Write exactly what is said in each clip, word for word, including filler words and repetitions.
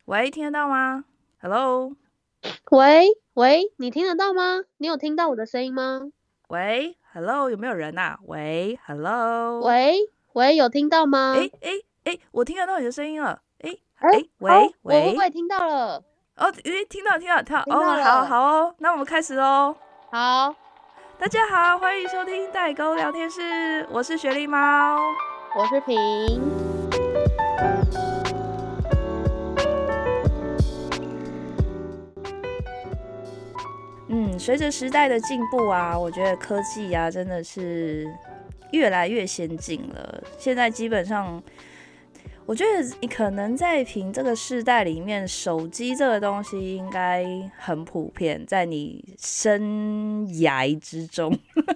喂，听得到吗 ？Hello， 喂喂，你听得到吗？你有听到我的声音吗？ 喂，Hello，有没有人啊？喂，Hello， 喂喂，有听到吗？ 诶诶诶，我听得到你的声音了。诶哎， 诶， 好， 喂喂， 我我也听到了， 哦，诶，听到听到听到， 听到哦，好了。 好哦，那我们开始喽。 好， 大家好，欢迎收听代沟聊天室，我是雪莉猫。 我是平。 嗯，随着时代的进步啊，我觉得科技啊真的是越来越先进了。现在基本上，我觉得你可能在凭这个世代里面，手机这个东西应该很普遍，在你生涯之中。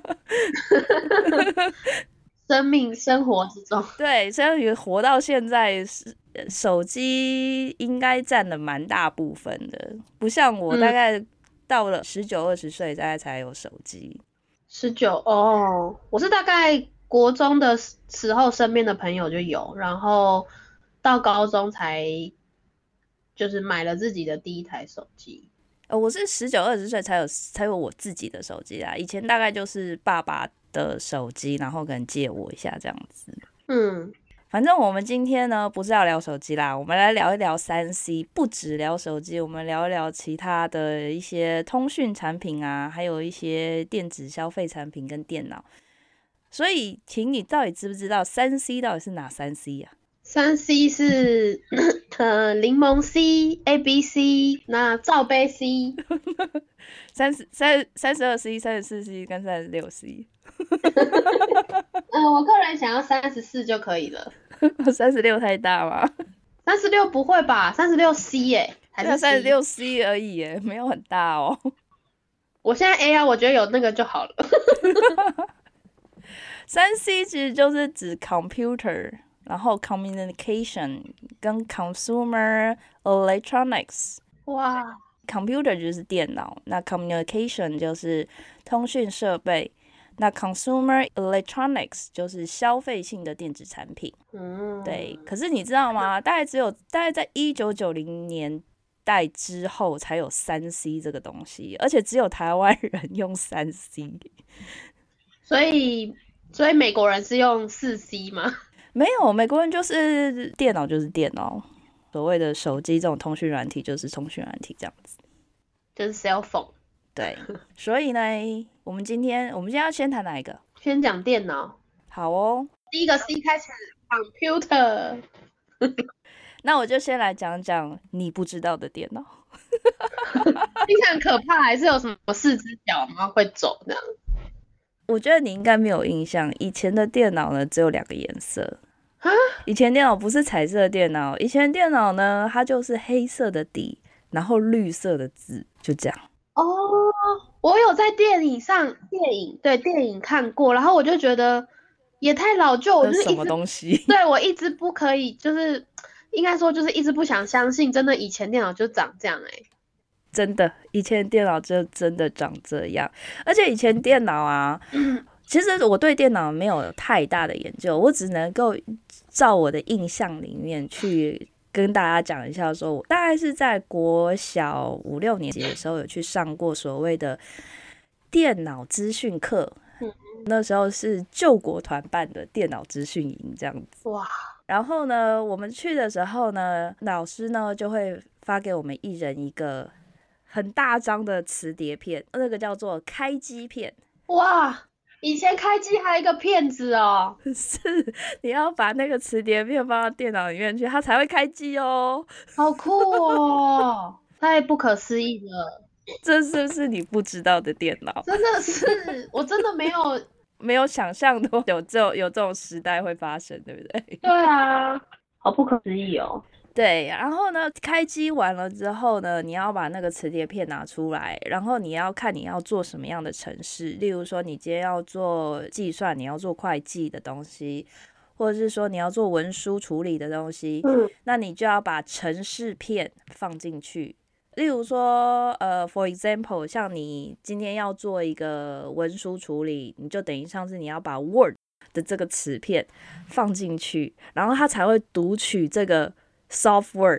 生命生活之中， 对，所以你活到现在，手机应该占了蛮大部分的，不像我大嗯， 概到了十九二十岁，大概才有手机。 十九哦，我是大概国中的时时候，身边的朋友就有，然后到高中才就是买了自己的第一台手机。 呃，我是十九二十岁才有才有我自己的手机啦，以前大概就是爸爸的手机，然后可能借我一下这样子。 嗯， 反正我们今天呢不是要聊手机啦，我们来聊一聊三 C，不止聊手机，我们聊一聊其他的一些通讯产品啊，还有一些电子消费产品跟电脑。所以，请你到底知不知道三 C 到底是哪三 C 呀、 三 C 是呃柠檬 C、A B C，那罩杯 C。 三十三三十二 C、三十四 C 跟三十六 C， 嗯，我个人想要三十四就可以了。 三十六太大吗？ 三十六不会吧？三十六 C 耶，还对啊， 是三十 C？ 六 C 而已耶，没有很大哦。 我现在 A 啊，我觉得有那个就好了。 三 C 其实就是指 computer，然后 communication 跟 consumer electronics。 哇， computer 就是电脑，那 communication 就是通讯设备，那 consumer electronics 就是消费性的电子产品。对， 嗯， 可是你知道吗？大概只有大概在一九九零年代之后才有三 C 这个东西，而且只有台湾人用三 C。 所以所以美国人是用四 C 吗？ 没有，美国人就是电脑就是电脑，所谓的手机这种通讯软体就是通讯软体这样子。 就是 cell phone。 对，所以呢，我们今天我们今天要先谈哪一个？ 先讲电脑， 好哦， 第一个 C 开始，computer。 那我就先来讲讲你不知道的电脑。 听起来很可怕，还是有什么四只脚然后会走这样？ 我觉得你应该没有印象，以前的电脑呢只有两个颜色。 啊？ 以前电脑不是彩色电脑，以前电脑呢它就是黑色的底，然后绿色的字，就这样。 哦，我有在电影上电影对电影看过，然后我就觉得也太老旧，我那什么就是一直东西？ 对我一直不可以，就是应该说就是一直不想相信，真的以前电脑就长这样哎、欸。 真的，以前电脑就真的长这样，而且以前电脑啊，其实我对电脑没有太大的研究，我只能够照我的印象里面去跟大家讲一下说，我大概是在国小五六年级的时候有去上过所谓的电脑资讯课，那时候是救国团办的电脑资讯营这样子。 哇， 然后呢，我们去的时候呢，老师呢就会发给我们一人一个很大张的磁碟片，那个叫做开机片。 哇，以前开机还有一个骗子哦， 是你要把那个磁碟片放到电脑里面去，它才会开机哦。 好酷哦，太不可思议了， 这是不是你不知道的电脑？ 真的是，我真的没有， 没有想象都有这种有这种时代会发生，对不对？ 对啊，好不可思议哦。 对，然后呢，开机完了之后呢，你要把那个磁碟片拿出来，然后你要看你要做什么样的程式，例如说你今天要做计算，你要做会计的东西，或者是说你要做文书处理的东西， 嗯， 那你就要把程式片放进去。例如说，呃，for example，像你今天要做一个文书处理，你就等于像是你要把 Word 的这个词片放进去，然后它才会读取这个software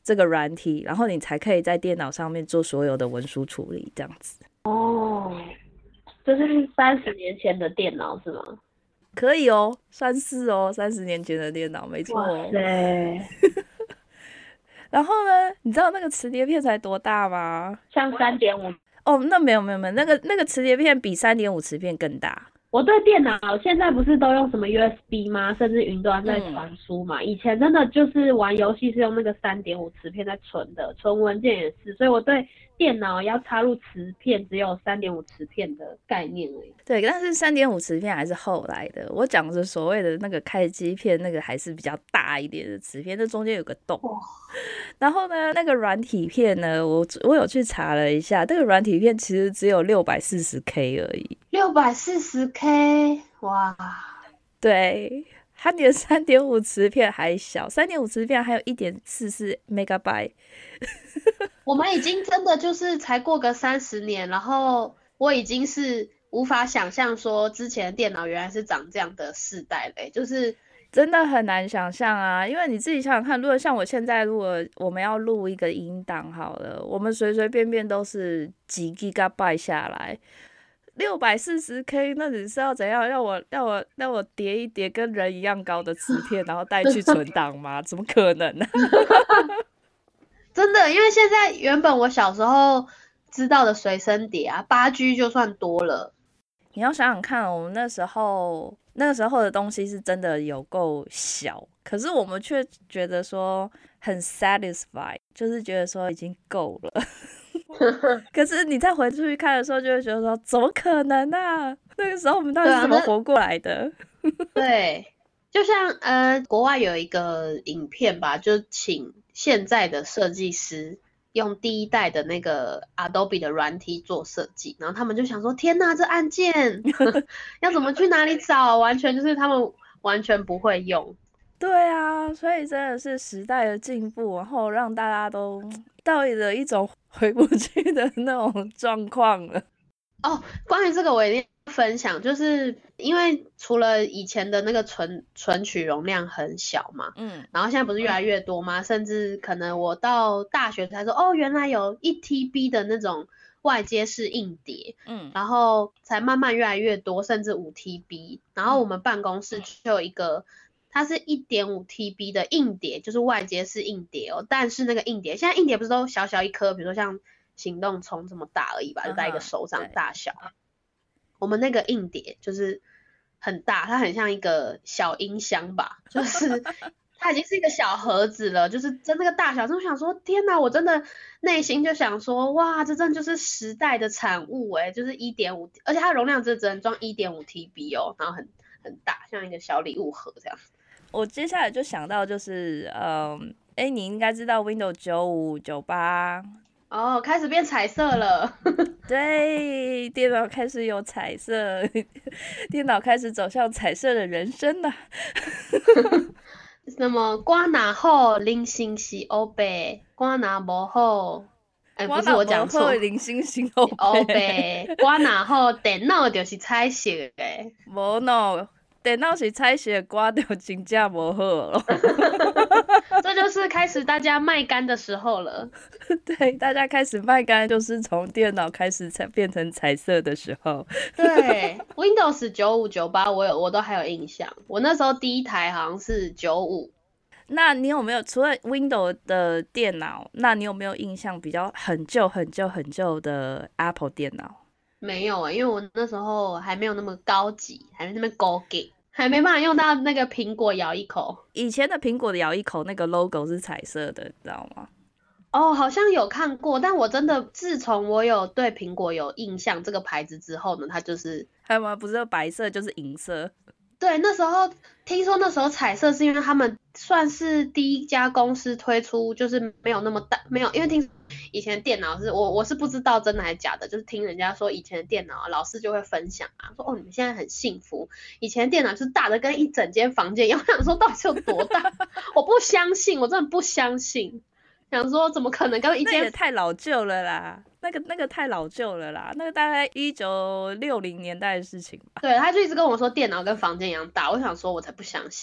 这个软体，然后你才可以在电脑上面做所有的文书处理这样子。 哦，这是三十年前的电脑是吗？ 可以哦，算是哦，三十年前的电脑没错哦。 哇塞！ 然后呢，你知道那个磁碟片才多大吗？ 像三点五。 哦，那没有没有没有，那个那个磁碟片比三点五磁片更大。 我对电脑现在不是都用什么 U S B 吗？甚至云端在传输嘛、嗯。以前真的就是玩游戏是用那个三点五磁片在存的，存文件也是，所以我对电脑要插入磁片只有三点五磁片的概念而已。 对，但是三点五磁片还是后来的。我讲的所谓的那个开机片，那个还是比较大一点的磁片，那中间有个洞。然后呢，那个软体片呢，我我有去查了一下，那个软体片其实只有六百四十 K 而已。 六百四十 K， 哇！ 对，它连三点五磁片还小，三点五磁片还有一点四四 megabyte。 我们已经真的就是才过个三十年，然后我已经是无法想象说之前的电脑原来是长这样的世代嘞，就是真的很难想象啊！因为你自己想想看，如果像我现在，如果我们要录一个音档好了，我们随随便便都是几 gigabyte 下来。六百四十 K， 那你是要怎样？要我要我要我叠一叠跟人一样高的磁片，然后带去存档吗？怎么可能呢、啊？ 真的，因为现在原本我小时候知道的随身碟啊，八 G 就算多了。 你要想想看，我们那时候那个时候的东西是真的有够小，可是我们却觉得说很 satisfied， 就是觉得说已经够了。可是你再回出去看的时候，就会觉得说，怎么可能啊？那个时候我们到底是怎么活过来的？ 对，就像呃，国外有一个影片吧，就请现在的设计师用第一代的那个 Adobe 的软体做设计，然后他们就想说，天哪，这按键要怎么去哪里找？完全就是他们完全不会用。 对啊，所以真的是时代的进步，然后让大家都到了一种回不去的那种状况了。 哦，关于这个我一定要分享，就是因为除了以前的那个存存取容量很小嘛，嗯，然后现在不是越来越多吗？嗯、甚至可能我到大学才说，哦，原来有一 T B 的那种外接式硬碟，嗯，然后才慢慢越来越多，甚至五 T B， 然后我们办公室就有一个。它是 一点五 T B 的硬碟，就是外接式硬碟哦。但是那个硬碟，现在硬碟不是都小小一颗，比如说像行动充这么大而已吧，就带一个手掌大小。Uh-huh, 我们那个硬碟就是很大，它很像一个小音箱吧，就是它已经是一个小盒子了，就是真那个大小，就想说天哪，我真的内心就想说，哇，这真的就是时代的产物哎，就是 一点五， 而且它容量只只能装 一点五 T B 哦，然后很很大，像一个小礼物盒这样。 我接下来就想到就是，嗯，哎，你应该知道 Windows 九五、九八哦，开始变彩色了。 对，电脑开始有彩色，电脑开始走向彩色的人生了。 什么瓜哪好，零星是欧白；瓜哪不好，哎、欸，不是我讲错， 零星是欧白。瓜哪好，电脑就是彩色的。 无喏。电脑是彩色的歌就真正不好了。 这就是开始大家卖干的时候了。 对，大家开始卖干就是从电脑开始才变成彩色的时候。 对 ，Windows 九五、九八我有我都还有印象，我那时候第一台好像是九五。 那你有没有除了 Windows 的电脑，那你有没有印象比较很旧、很旧、很旧的 Apple 电脑？ 没有啊、欸，因为我那时候还没有那么高级，还没那么高级，还没办法用到那个苹果咬一口。 以前的苹果的咬一口那个 logo 是彩色的，你知道吗？ 哦，好像有看过，但我真的自从我有对苹果有印象这个牌子之后呢，它就是还有吗？不是白色就是银色。 对，那时候听说那时候彩色是因为他们算是第一家公司推出，就是没有那么大，没有，因为听以前电脑是我我是不知道真的还是假的，就是听人家说以前的电脑老师就会分享啊，说哦你们现在很幸福，以前的电脑就是大的跟一整间房间一样，我想说到底是有多大，我不相信，我真的不相信，想说怎么可能跟一间， 那也太老旧了啦。那个那个太老旧了啦，那个大概一九六零年代的事情吧。 对，他就一直跟我说电脑跟房间一样大，我想说我才不相信。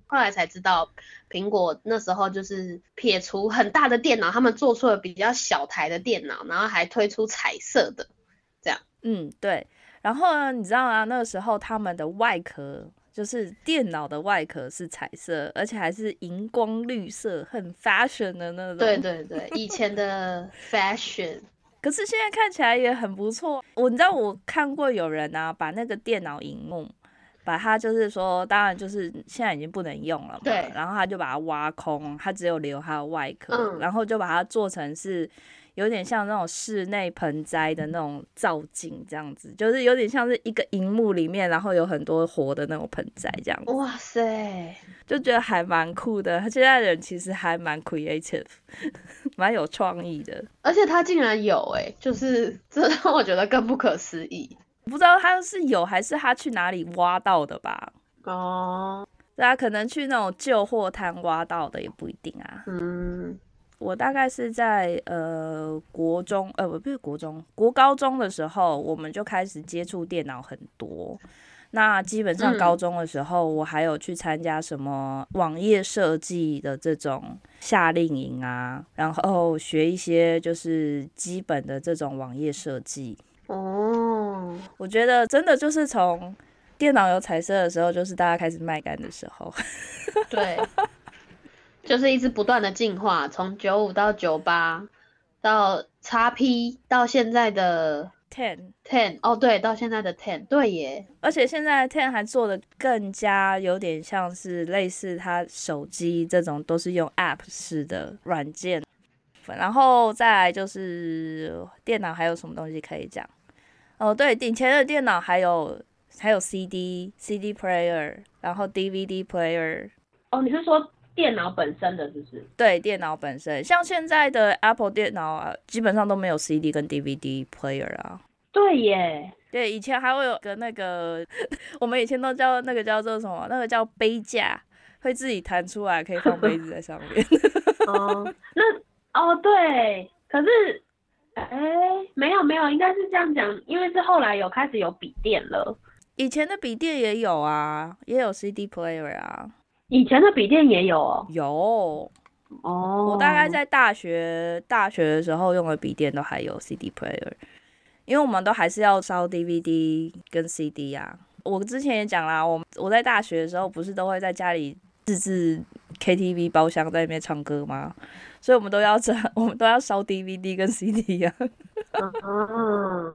后来才知道苹果那时候就是撇除很大的电脑，他们做出了比较小台的电脑，然后还推出彩色的这样。 嗯，对。然后呢，你知道吗？那个时候他们的外壳就是电脑的外壳是彩色，而且还是荧光绿色，很 fashion 的那种。 对对对，以前的 fashion。 可是现在看起来也很不错。我你知道我看过有人啊，把那个电脑荧幕，把它就是说，当然就是现在已经不能用了嘛， 对， 然后他就把它挖空，他只有留它的外壳， 嗯， 然后就把它做成是有点像那种室内盆栽的那种造景，这样子，就是有点像是一个荧幕里面，然后有很多活的那种盆栽这样子。 哇塞， 就觉得还蛮酷的。现在人其实还蛮 creative， 蛮有创意的。 而且他竟然有哎、欸，就是这让我觉得更不可思议。 不知道他是有还是他去哪里挖到的吧？ 哦， 对啊，可能去那种旧货摊挖到的也不一定啊。 嗯， 我大概是在呃国中，呃不是国中，国高中的时候，我们就开始接触电脑很多。那基本上高中的时候，我还有去参加什么网页设计的这种夏令营啊，然后学一些就是基本的这种网页设计。 哦， 我觉得真的就是从电脑有彩色的时候，就是大家开始卖干的时候。 对，就是一直不断的进化，从九五到九八到 X P 到现在的 ten ten， 哦对，到现在的 ten， 对耶。 而且现在 ten 还做的更加有点像是类似它手机这种都是用 app 式的软件。然后再来就是电脑还有什么东西可以讲？哦，对，以前的电脑还有还有 C D C D player， 然后 D V D player。 哦，你是说电脑本身的是不是？ 对，电脑本身，像现在的 Apple 电脑啊，基本上都没有 C D 跟 D V D player 啊。 对耶。 对，以前还会有个那个，我们以前都叫那个叫做什么？那个叫杯架，会自己弹出来，可以放杯子在上面。 哦，那哦对，可是。哎，没有没有，应该是这样讲，因为是后来有开始有笔电了。 以前的笔电也有啊，也有 C D player 啊。 以前的笔电也有哦。 有。 哦。 我大概在大学大学的时候用的笔电都还有 C D player， 因为我们都还是要烧 D V D 跟 C D 啊。我之前也讲啦，我我在大学的时候不是都会在家里自制 K T V 包厢在那边唱歌吗？所以我们都要我们都要烧 D V D 跟 C D 啊。 嗯。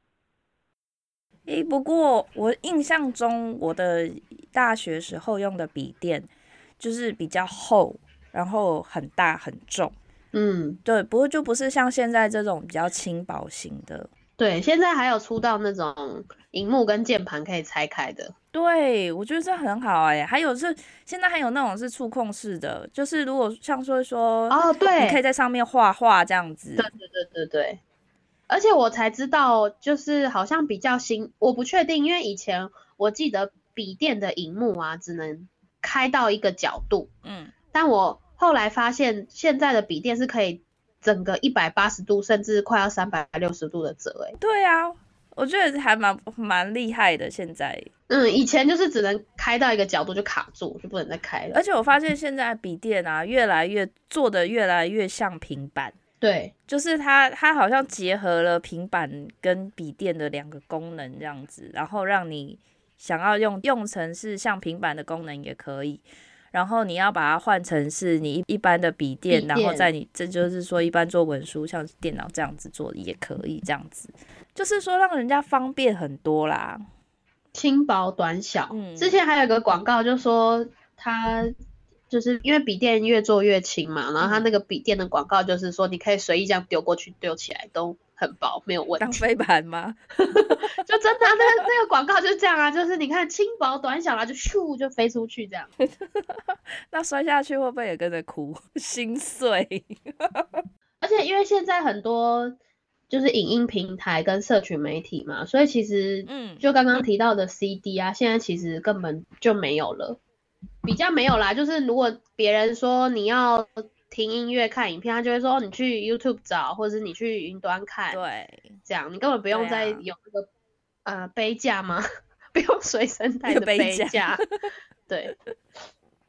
诶，不过我印象中我的大学时候用的笔电就是比较厚，然后很大很重。 嗯， 对，不过就不是像现在这种比较轻薄型的。 对，现在还有出到那种萤幕跟键盘可以拆开的。 对，我觉得这很好哎、欸。还有是现在还有那种是触控式的，就是如果像说说哦，对， 你可以在上面画画这样子。 对对对对对。而且我才知道，就是好像比较新，我不确定，因为以前我记得笔电的萤幕啊，只能开到一个角度。 嗯。 但我后来发现，现在的笔电是可以整个一百八十度，甚至快要三百六十度的折。哎， 对啊。我觉得还蛮蛮厉害的，现在。 嗯，以前就是只能开到一个角度就卡住，就不能再开了。 而且我发现现在笔电啊，越来越做的越来越像平板。 对， 就是它它好像结合了平板跟笔电的两个功能这样子，然后让你想要用用成是像平板的功能也可以。然后你要把它换成是你一般的笔电， 笔电然后在你这就是说一般做文书像电脑这样子做也可以，这样子就是说让人家方便很多啦， 轻薄短小。 嗯， 之前还有个广告就说它就是因为笔电越做越轻嘛，然后它那个笔电的广告就是说你可以随意这样丢过去丢起来都很薄，没有问题。 当飞盘吗？ 就真的、啊、那个那个广告就是这样啊，就是你看轻薄短小啦，就咻就飞出去这样。 那摔下去会不会也跟着哭心碎？ 而且因为现在很多就是影音平台跟社群媒体嘛，所以其实就刚刚提到的 C D 啊，现在其实根本就没有了，比较没有啦。就是如果别人说你要听音乐看影片，他就会说、哦、你去 YouTube 找，或者是你去云端看， 对， 这样你根本不用再有那个、啊、呃杯架吗？不用随身带的杯架。对。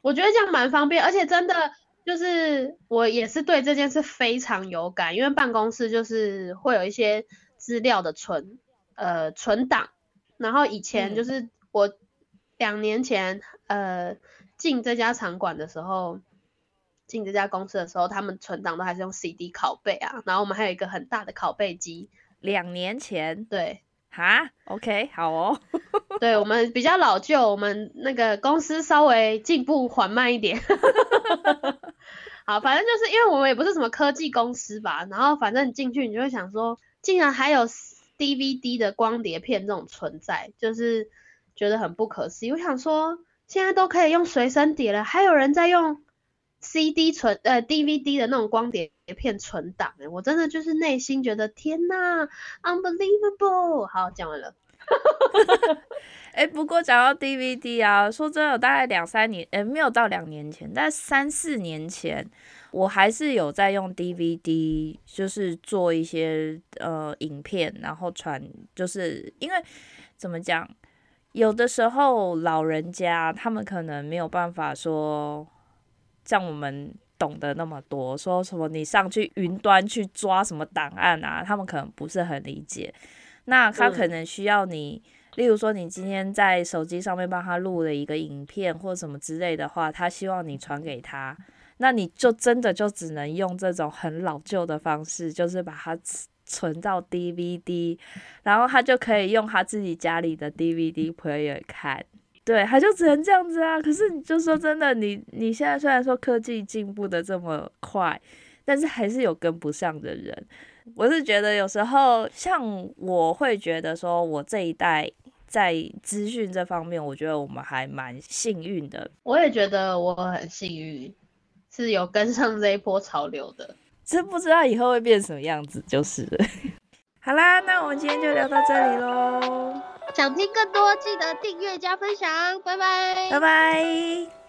我觉得这样蛮方便，而且真的就是我也是对这件事非常有感，因为办公室就是会有一些资料的存呃存档，然后以前就嗯是我两年前呃进这家场馆的时候，进这家公司的时候，他们存档都还是用 C D 拷贝啊，然后我们还有一个很大的拷贝机， 两年前对。 哈 OK 好哦。 对，我们比较老旧，我们那个公司稍微进步缓慢一点。好，反正就是因为我们也不是什么科技公司吧，然后反正你进去你就会想说，竟然还有 D V D 的光碟片这种存在，就是觉得很不可思议。我想说，现在都可以用随身碟了，还有人在用 C D 存呃 D V D 的那种光碟片存档，哎，我真的就是内心觉得天呐 ，unbelievable。好，讲完了。 哎、欸，不过讲到 D V D 啊，说真的，大概两三年，哎、欸，没有到两年前，但三四年前，我还是有在用 D V D， 就是做一些呃影片，然后传，就是因为怎么讲，有的时候老人家他们可能没有办法说像我们懂得那么多，说什么你上去云端去抓什么档案啊，他们可能不是很理解，那他可能需要你。嗯例如说，你今天在手机上面帮他录了一个影片或什么之类的话，他希望你传给他，那你就真的就只能用这种很老旧的方式，就是把它存到 D V D， 然后他就可以用他自己家里的 D V D player 看。对，他就只能这样子啊。可是你就说真的，你你现在虽然说科技进步的这么快，但是还是有跟不上的人。我是觉得有时候，像我会觉得说，我这一代在资讯这方面，我觉得我们还蛮幸运的。 我也觉得我很幸运，是有跟上这一波潮流的。 真不知道以后会变什么样子，就是了。好啦，那我们今天就聊到这里咯。 想听更多，记得订阅加分享，拜拜， 拜拜。